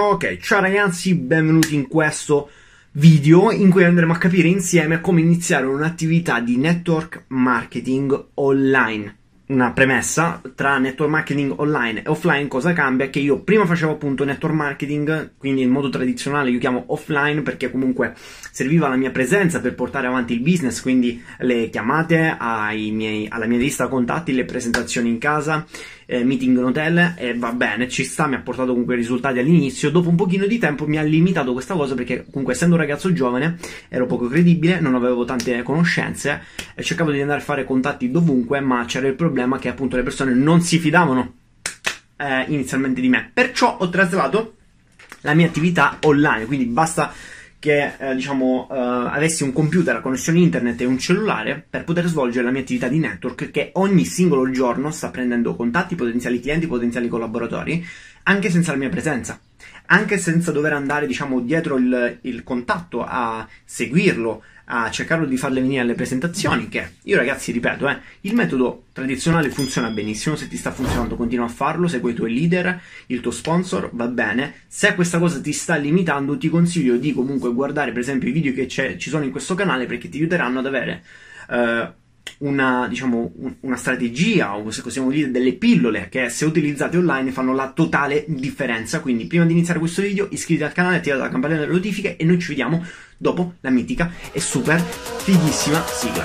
Ok, ciao ragazzi, benvenuti in questo video in cui andremo a capire insieme come iniziare un'attività di network marketing online. Una premessa: tra network marketing online e offline cosa cambia? Che io prima facevo appunto network marketing, quindi in modo tradizionale, io chiamo offline perché comunque serviva la mia presenza per portare avanti il business, quindi le chiamate alla mia lista contatti, le presentazioni in casa, meeting in hotel, e va bene, ci sta, mi ha portato comunque risultati all'inizio. Dopo un pochino di tempo mi ha limitato questa cosa perché comunque, essendo un ragazzo giovane, ero poco credibile, non avevo tante conoscenze e cercavo di andare a fare contatti dovunque, ma c'era il problema che appunto le persone non si fidavano inizialmente di me. Perciò ho traslato la mia attività online, quindi basta che avessi un computer a connessione internet e un cellulare per poter svolgere la mia attività di network, che ogni singolo giorno sta prendendo contatti, potenziali clienti, potenziali collaboratori, anche senza la mia presenza, anche senza dover andare dietro il contatto a seguirlo, a cercarlo di farle venire alle presentazioni. Che io, ragazzi, ripeto, il metodo tradizionale funziona benissimo. Se ti sta funzionando, continua a farlo, segui i tuoi leader, il tuo sponsor, va bene. Se questa cosa ti sta limitando, ti consiglio di comunque guardare per esempio i video che ci sono in questo canale, perché ti aiuteranno ad avere una strategia, o se possiamo dire delle pillole, che se utilizzate online fanno la totale differenza. Quindi prima di iniziare questo video iscriviti al canale, attivate la campanella delle notifiche e noi ci vediamo dopo la mitica e super fighissima sigla.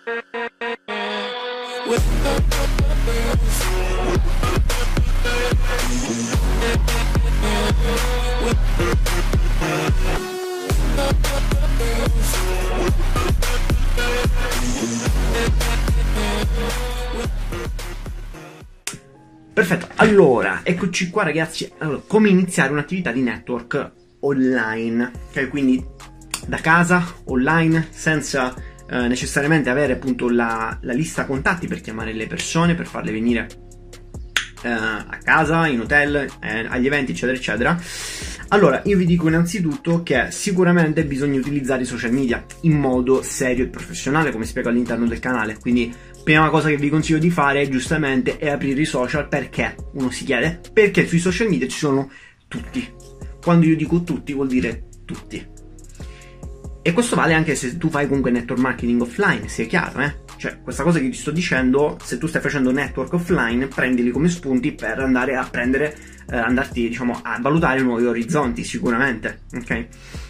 Perfetto, allora, eccoci qua ragazzi. Allora, come iniziare un'attività di network online, ok? Quindi da casa, online, senza necessariamente avere appunto la lista contatti per chiamare le persone, per farle venire a casa, in hotel, agli eventi, eccetera eccetera. Allora, io vi dico innanzitutto che sicuramente bisogna utilizzare i social media in modo serio e professionale, come spiego all'interno del canale. Quindi prima cosa che vi consiglio di fare giustamente è aprire i social. Perché? Uno si chiede perché sui social media ci sono tutti. Quando io dico tutti vuol dire tutti. E questo vale anche se tu fai comunque network marketing offline, sia chiaro, Cioè, questa cosa che ti sto dicendo, se tu stai facendo network offline, prendili come spunti per andare a prendere, andarti, a valutare nuovi orizzonti, sicuramente, ok?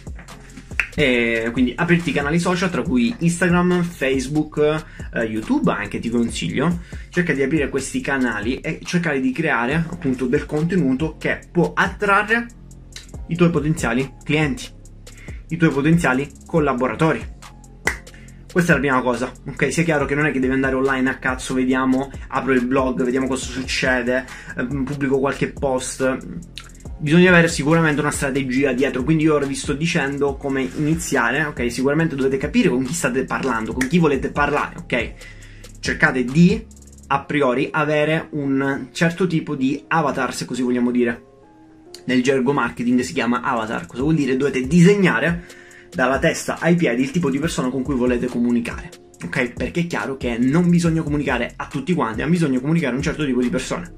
E quindi aprirti canali social, tra cui Instagram, Facebook, YouTube anche ti consiglio. Cerca di aprire questi canali e cercare di creare appunto del contenuto che può attrarre i tuoi potenziali clienti, i tuoi potenziali collaboratori. Questa è la prima cosa, ok? Sia chiaro che non è che devi andare online a cazzo, vediamo, apro il blog, vediamo cosa succede, pubblico qualche post. Bisogna avere sicuramente una strategia dietro, quindi io ora vi sto dicendo come iniziare, ok? Sicuramente dovete capire con chi state parlando, con chi volete parlare, ok? Cercate di, a priori, avere un certo tipo di avatar, se così vogliamo dire. Nel gergo marketing si chiama avatar. Cosa vuol dire? Dovete disegnare dalla testa ai piedi il tipo di persona con cui volete comunicare, ok? Perché è chiaro che non bisogna comunicare a tutti quanti, ma bisogna comunicare a un certo tipo di persone.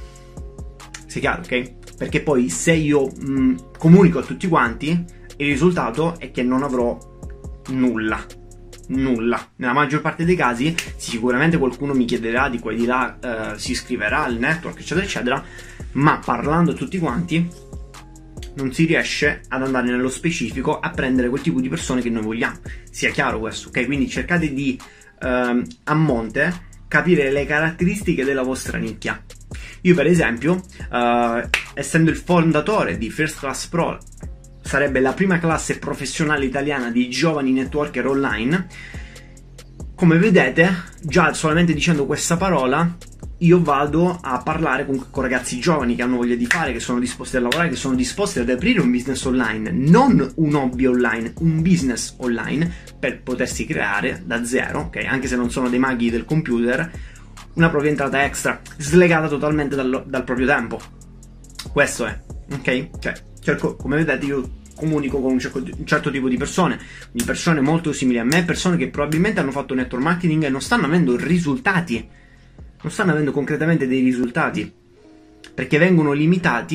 Sia chiaro, ok? Perché poi se io comunico a tutti quanti, il risultato è che non avrò nulla. Nella maggior parte dei casi sicuramente qualcuno mi chiederà di qua e di là, si iscriverà al network, eccetera eccetera, ma parlando a tutti quanti non si riesce ad andare nello specifico a prendere quel tipo di persone che noi vogliamo. Sia chiaro questo, ok? Quindi cercate di a monte capire le caratteristiche della vostra nicchia. Io per esempio, essendo il fondatore di First Class Pro, sarebbe la prima classe professionale italiana di giovani networker online, come vedete, già solamente dicendo questa parola, io vado a parlare con ragazzi giovani che hanno voglia di fare, che sono disposti a lavorare, che sono disposti ad aprire un business online, non un hobby online, un business online, per potersi creare da zero, ok? Anche se non sono dei maghi del computer, una propria entrata extra, slegata totalmente dal proprio tempo. Questo è, ok? Cioè, cerco, come vedete, io comunico con un certo tipo di persone molto simili a me, persone che probabilmente hanno fatto network marketing e non stanno avendo risultati, non stanno avendo concretamente dei risultati, perché vengono limitati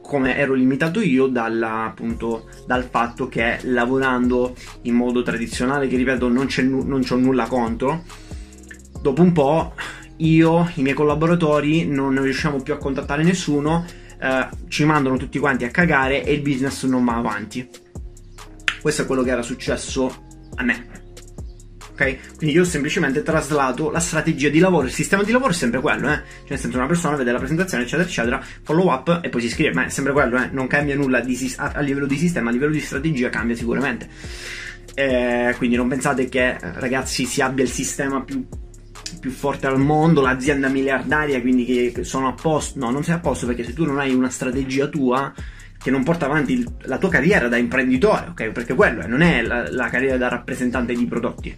come ero limitato io appunto dal fatto che lavorando in modo tradizionale, che ripeto non c'ho nulla contro, dopo un po' io, i miei collaboratori non riusciamo più a contattare nessuno, ci mandano tutti quanti a cagare e il business non va avanti. Questo è quello che era successo a me. Ok? Quindi io ho semplicemente traslato la strategia di lavoro, il sistema di lavoro è sempre quello, Cioè nel senso, una persona vede la presentazione eccetera eccetera, follow up e poi si iscrive, ma è sempre quello, Non cambia nulla a livello di sistema, a livello di strategia cambia sicuramente. Quindi non pensate che, ragazzi, si abbia il sistema più forte al mondo, l'azienda miliardaria, quindi che sono a posto. No, non sei a posto, perché se tu non hai una strategia tua che non porta avanti la tua carriera da imprenditore, ok? Perché quello non è la carriera da rappresentante di prodotti,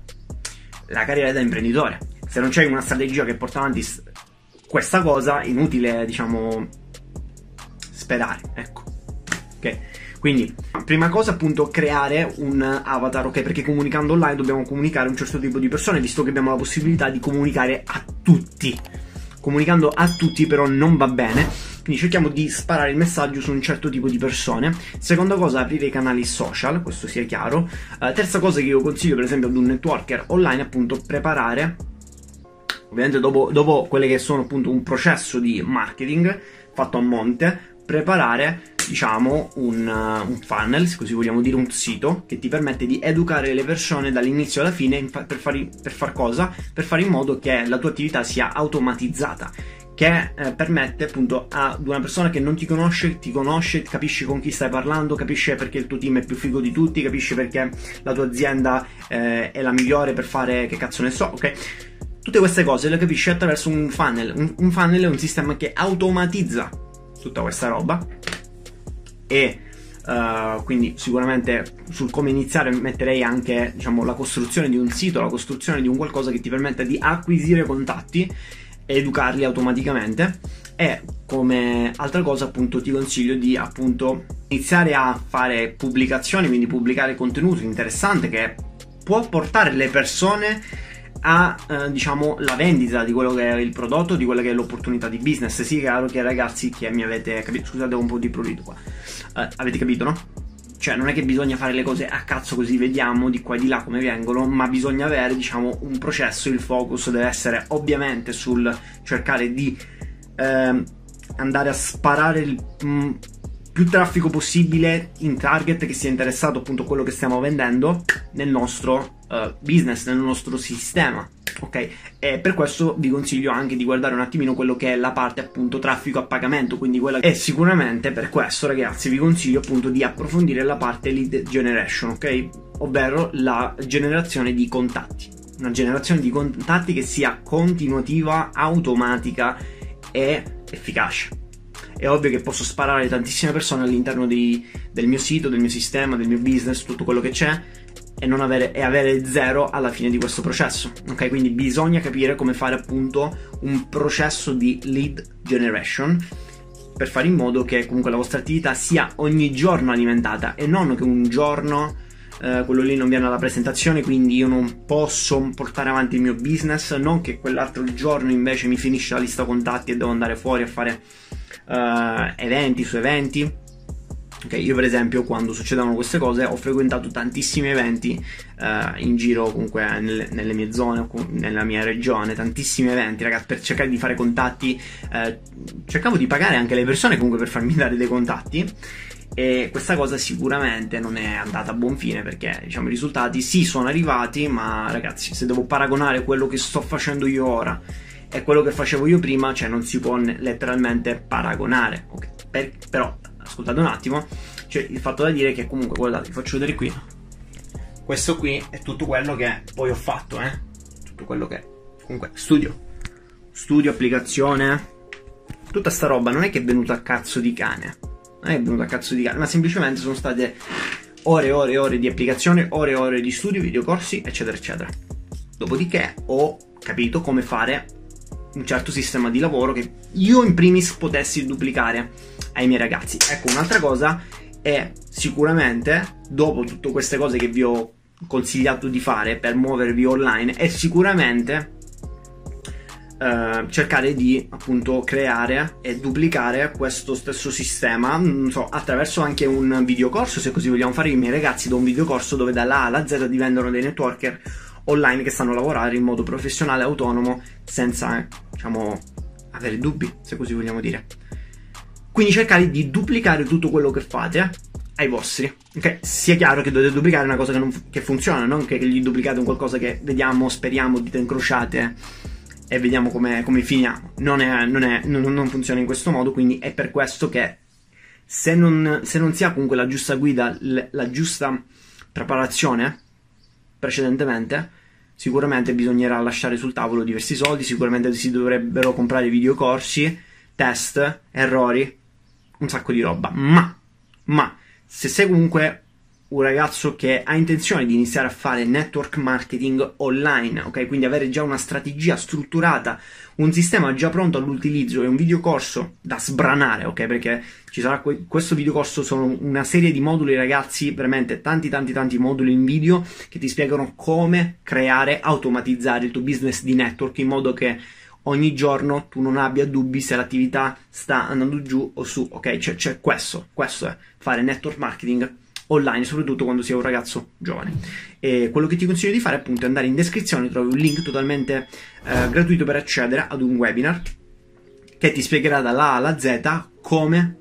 la carriera da imprenditore. Se non c'hai una strategia che porta avanti questa cosa, inutile, diciamo, sperare, ecco. Ok? Quindi, prima cosa, appunto, creare un avatar, ok? Perché comunicando online dobbiamo comunicare a un certo tipo di persone, visto che abbiamo la possibilità di comunicare a tutti. Comunicando a tutti però non va bene, quindi cerchiamo di sparare il messaggio su un certo tipo di persone. Seconda cosa, aprire i canali social, questo sia chiaro. Terza cosa che io consiglio, per esempio, ad un networker online, appunto, preparare, ovviamente dopo quelle che sono appunto un processo di marketing fatto a monte, preparare, diciamo, un funnel, se così vogliamo dire, un sito che ti permette di educare le persone dall'inizio alla fine per far cosa? Per fare in modo che la tua attività sia automatizzata, che permette appunto ad una persona che non ti conosce, capisci con chi stai parlando, capisce perché il tuo team è più figo di tutti, capisce perché la tua azienda è la migliore per fare, che cazzo ne so, ok? Tutte queste cose le capisci attraverso un funnel. Un funnel è un sistema che automatizza tutta questa roba, e quindi sicuramente sul come iniziare metterei anche, diciamo, la costruzione di un sito, la costruzione di un qualcosa che ti permetta di acquisire contatti e educarli automaticamente. E come altra cosa, appunto, ti consiglio di, appunto, iniziare a fare pubblicazioni, quindi pubblicare contenuto interessante che può portare le persone a diciamo la vendita di quello che è il prodotto, di quella che è l'opportunità di business. Sì, chiaro che, ragazzi, che mi avete capito, scusate, ho un po' di prurito qua, avete capito, no? Cioè non è che bisogna fare le cose a cazzo così vediamo di qua e di là come vengono, ma bisogna avere, diciamo, un processo. Il focus deve essere ovviamente sul cercare di andare a sparare il più traffico possibile in target che sia interessato appunto a quello che stiamo vendendo nel nostro business, nel nostro sistema, ok? E per questo vi consiglio anche di guardare un attimino quello che è la parte, appunto, traffico a pagamento, quindi quella. E sicuramente per questo, ragazzi, vi consiglio appunto di approfondire la parte lead generation, ok? Ovvero la generazione di contatti, una generazione di contatti che sia continuativa, automatica e efficace. È ovvio che posso sparare tantissime persone all'interno del mio sito, del mio sistema, del mio business, tutto quello che c'è, e avere zero alla fine di questo processo, ok? Quindi bisogna capire come fare, appunto, un processo di lead generation per fare in modo che comunque la vostra attività sia ogni giorno alimentata, e non che un giorno quello lì non viene alla presentazione, quindi io non posso portare avanti il mio business, non che quell'altro giorno invece mi finisce la lista contatti e devo andare fuori a fare eventi su eventi. Ok, io per esempio, quando succedevano queste cose, ho frequentato tantissimi eventi in giro, comunque nelle mie zone, nella mia regione, tantissimi eventi, ragazzi, per cercare di fare contatti. Cercavo di pagare anche le persone comunque per farmi dare dei contatti, e questa cosa sicuramente non è andata a buon fine, perché, diciamo, i risultati sì sono arrivati, ma, ragazzi, se devo paragonare quello che sto facendo io ora e quello che facevo io prima, cioè non si può letteralmente paragonare, ok? Però ascoltate un attimo, cioè il fatto da dire che comunque, guardate, vi faccio vedere qui, questo qui è tutto quello che poi ho fatto, tutto quello che comunque studio, applicazione, tutta sta roba non è che è venuta a cazzo di cane, ma semplicemente sono state ore e ore e ore di applicazione, ore e ore di studio, videocorsi, eccetera eccetera. Dopodiché ho capito come fare un certo sistema di lavoro che io in primis potessi duplicare ai miei ragazzi. Ecco, un'altra cosa è sicuramente, dopo tutte queste cose che vi ho consigliato di fare per muovervi online, è sicuramente cercare di appunto creare e duplicare questo stesso sistema, non so, attraverso anche un videocorso, se così vogliamo fare. I miei ragazzi do un videocorso dove dalla A alla Z diventano dei networker online che sanno lavorare in modo professionale e autonomo senza, diciamo, avere dubbi, se così vogliamo dire. Quindi cercare di duplicare tutto quello che fate ai vostri, ok? Sia chiaro che dovete duplicare una cosa che funziona, non che gli duplicate un qualcosa che vediamo, speriamo, dita incrociate e vediamo come finiamo. Non funziona in questo modo, quindi è per questo che se non si ha comunque la giusta guida, la giusta preparazione precedentemente, sicuramente bisognerà lasciare sul tavolo diversi soldi, sicuramente si dovrebbero comprare videocorsi, test, errori, un sacco di roba, ma se sei comunque un ragazzo che ha intenzione di iniziare a fare network marketing online, ok? Quindi avere già una strategia strutturata, un sistema già pronto all'utilizzo e un videocorso da sbranare, ok? Perché ci sarà questo videocorso, sono una serie di moduli, ragazzi, veramente tanti moduli in video che ti spiegano come creare, automatizzare il tuo business di network in modo che ogni giorno tu non abbia dubbi se l'attività sta andando giù o su, ok? Cioè questo è fare network marketing online, soprattutto quando sei un ragazzo giovane. E quello che ti consiglio di fare appunto è andare in descrizione, trovi un link totalmente gratuito per accedere ad un webinar che ti spiegherà dalla A alla Z come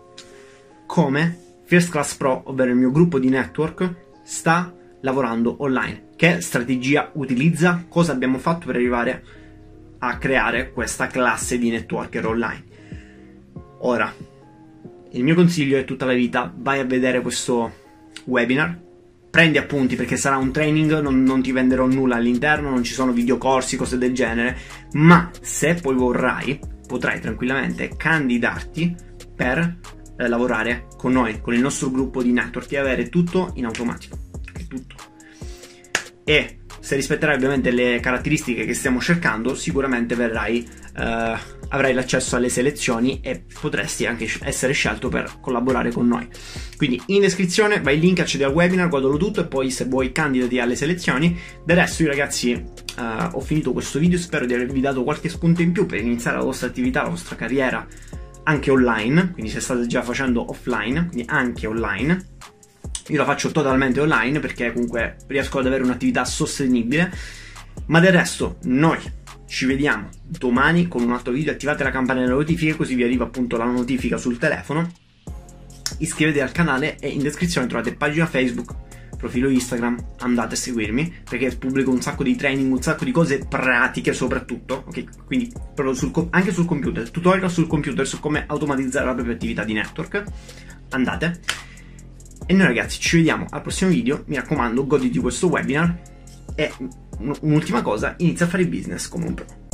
First Class Pro, ovvero il mio gruppo di network, sta lavorando online, che strategia utilizza, cosa abbiamo fatto per arrivare a creare questa classe di networker online. Ora, il mio consiglio è tutta la vita, vai a vedere questo webinar, prendi appunti perché sarà un training, non ti venderò nulla all'interno, non ci sono videocorsi, cose del genere, ma se poi vorrai, potrai tranquillamente candidarti per lavorare con noi, con il nostro gruppo di network e avere tutto in automatico, tutto. E se rispetterai ovviamente le caratteristiche che stiamo cercando, sicuramente avrai l'accesso alle selezioni e potresti anche essere scelto per collaborare con noi. Quindi in descrizione vai il link, accedi al webinar, guardalo tutto e poi se vuoi candidati alle selezioni. Del resto io ragazzi ho finito questo video, spero di avervi dato qualche spunto in più per iniziare la vostra attività, la vostra carriera anche online, quindi se state già facendo offline, quindi anche online. Io la faccio totalmente online perché comunque riesco ad avere un'attività sostenibile, ma del resto noi ci vediamo domani con un altro video. Attivate la campanella delle notifiche così vi arriva appunto la notifica sul telefono, iscrivetevi al canale e in descrizione trovate pagina Facebook, profilo Instagram, andate a seguirmi perché pubblico un sacco di training, un sacco di cose pratiche soprattutto, ok? Quindi anche sul computer, tutorial sul computer su come automatizzare la propria attività di network, andate. E noi ragazzi ci vediamo al prossimo video, mi raccomando goditi questo webinar e un'ultima cosa, inizia a fare business come un pro.